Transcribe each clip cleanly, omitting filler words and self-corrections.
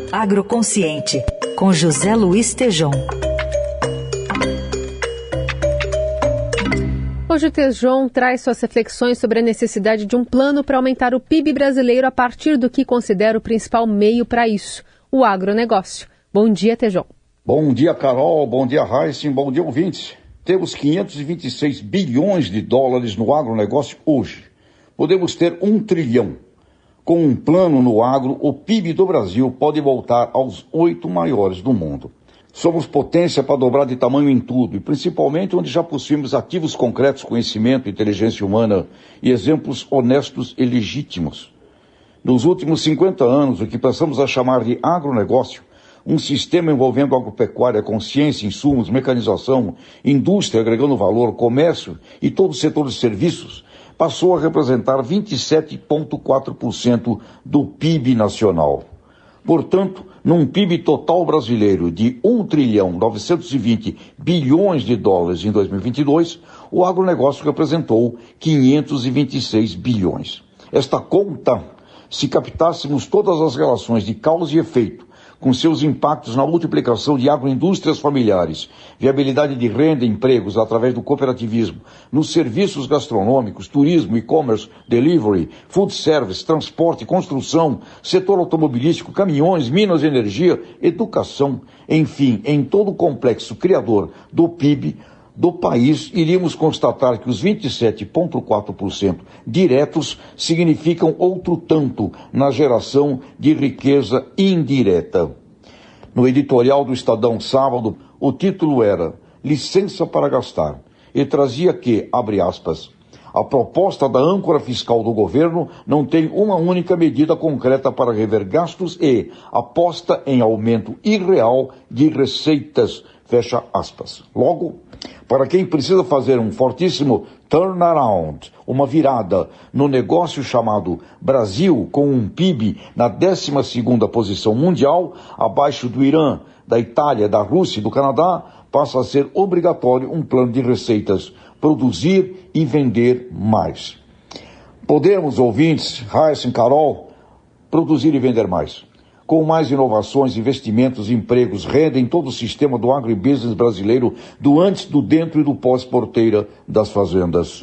Agroconsciente, com José Luiz Tejon. Hoje o Tejon traz suas reflexões sobre a necessidade de um plano para aumentar o PIB brasileiro a partir do que considera o principal meio para isso, o agronegócio. Bom dia, Tejon. Bom dia, Carol. Bom dia, Raíssa. Bom dia, ouvintes. Temos 526 bilhões de dólares no agronegócio hoje. Podemos ter 1 trilhão. Com um plano no agro, o PIB do Brasil pode voltar aos 8 maiores do mundo. Somos potência para dobrar de tamanho em tudo, e principalmente onde já possuímos ativos concretos, conhecimento, inteligência humana e exemplos honestos e legítimos. Nos últimos 50 anos, o que passamos a chamar de agronegócio, um sistema envolvendo agropecuária, consciência, insumos, mecanização, indústria agregando valor, comércio e todo o setor de serviços, passou a representar 27,4% do PIB nacional. Portanto, num PIB total brasileiro de 1 trilhão 920 bilhões de dólares em 2022, o agronegócio representou 526 bilhões. Esta conta, se captássemos todas as relações de causa e efeito, com seus impactos na multiplicação de agroindústrias familiares, viabilidade de renda e empregos através do cooperativismo, nos serviços gastronômicos, turismo, e-commerce, delivery, food service, transporte, construção, setor automobilístico, caminhões, minas de energia, educação, enfim, em todo o complexo criador do PIB do país, iríamos constatar que os 27,4% diretos significam outro tanto na geração de riqueza indireta. No editorial do Estadão sábado, o título era Licença para Gastar e trazia que, abre aspas, a proposta da âncora fiscal do governo não tem uma única medida concreta para rever gastos e aposta em aumento irreal de receitas, fecha aspas. Logo, para quem precisa fazer um fortíssimo turnaround, uma virada no negócio chamado Brasil, com um PIB na 12ª posição mundial, abaixo do Irã, da Itália, da Rússia e do Canadá, passa a ser obrigatório um plano de receitas, produzir e vender mais. Podemos, ouvintes, Raíssa e Carol, produzir e vender mais. Com mais inovações, investimentos, empregos, renda em todo o sistema do agribusiness brasileiro, do antes, do dentro e do pós-porteira das fazendas.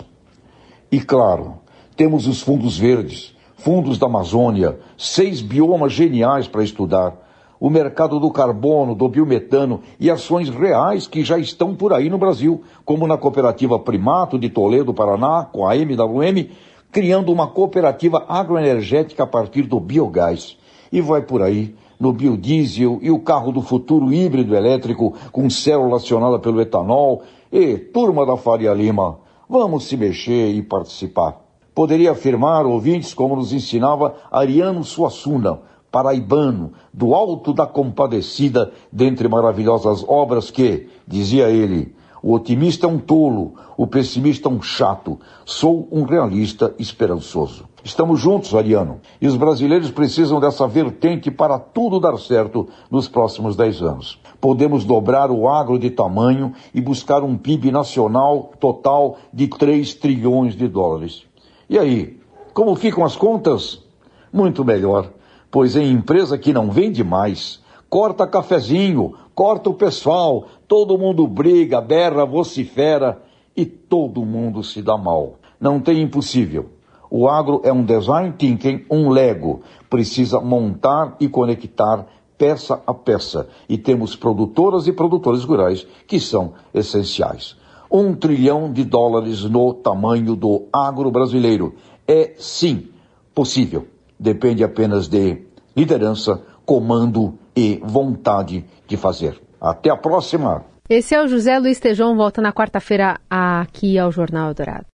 E claro, temos os fundos verdes, fundos da Amazônia, 6 biomas geniais para estudar, o mercado do carbono, do biometano e ações reais que já estão por aí no Brasil, como na cooperativa Primato de Toledo, Paraná, com a MWM, criando uma cooperativa agroenergética a partir do biogás. E vai por aí, no biodiesel e o carro do futuro híbrido elétrico com célula acionada pelo etanol. E, turma da Faria Lima, vamos se mexer e participar. Poderia afirmar, ouvintes, como nos ensinava Ariano Suassuna, paraibano, do Alto da Compadecida, dentre maravilhosas obras que, dizia ele, o otimista é um tolo, o pessimista é um chato, sou um realista esperançoso. Estamos juntos, Ariano, e os brasileiros precisam dessa vertente para tudo dar certo nos próximos 10 anos. Podemos dobrar o agro de tamanho e buscar um PIB nacional total de 3 trilhões de dólares. E aí, como ficam as contas? Muito melhor, pois em empresa que não vende mais, corta cafezinho, corta o pessoal, todo mundo briga, berra, vocifera e todo mundo se dá mal. Não tem impossível. O agro é um design thinking, um Lego. Precisa montar e conectar peça a peça. E temos produtoras e produtores rurais que são essenciais. 1 trilhão de dólares no tamanho do agro brasileiro. É, sim, possível. Depende apenas de liderança, comando e vontade de fazer. Até a próxima! Esse é o José Luiz Tejon, volta na quarta-feira aqui ao Jornal Eldorado.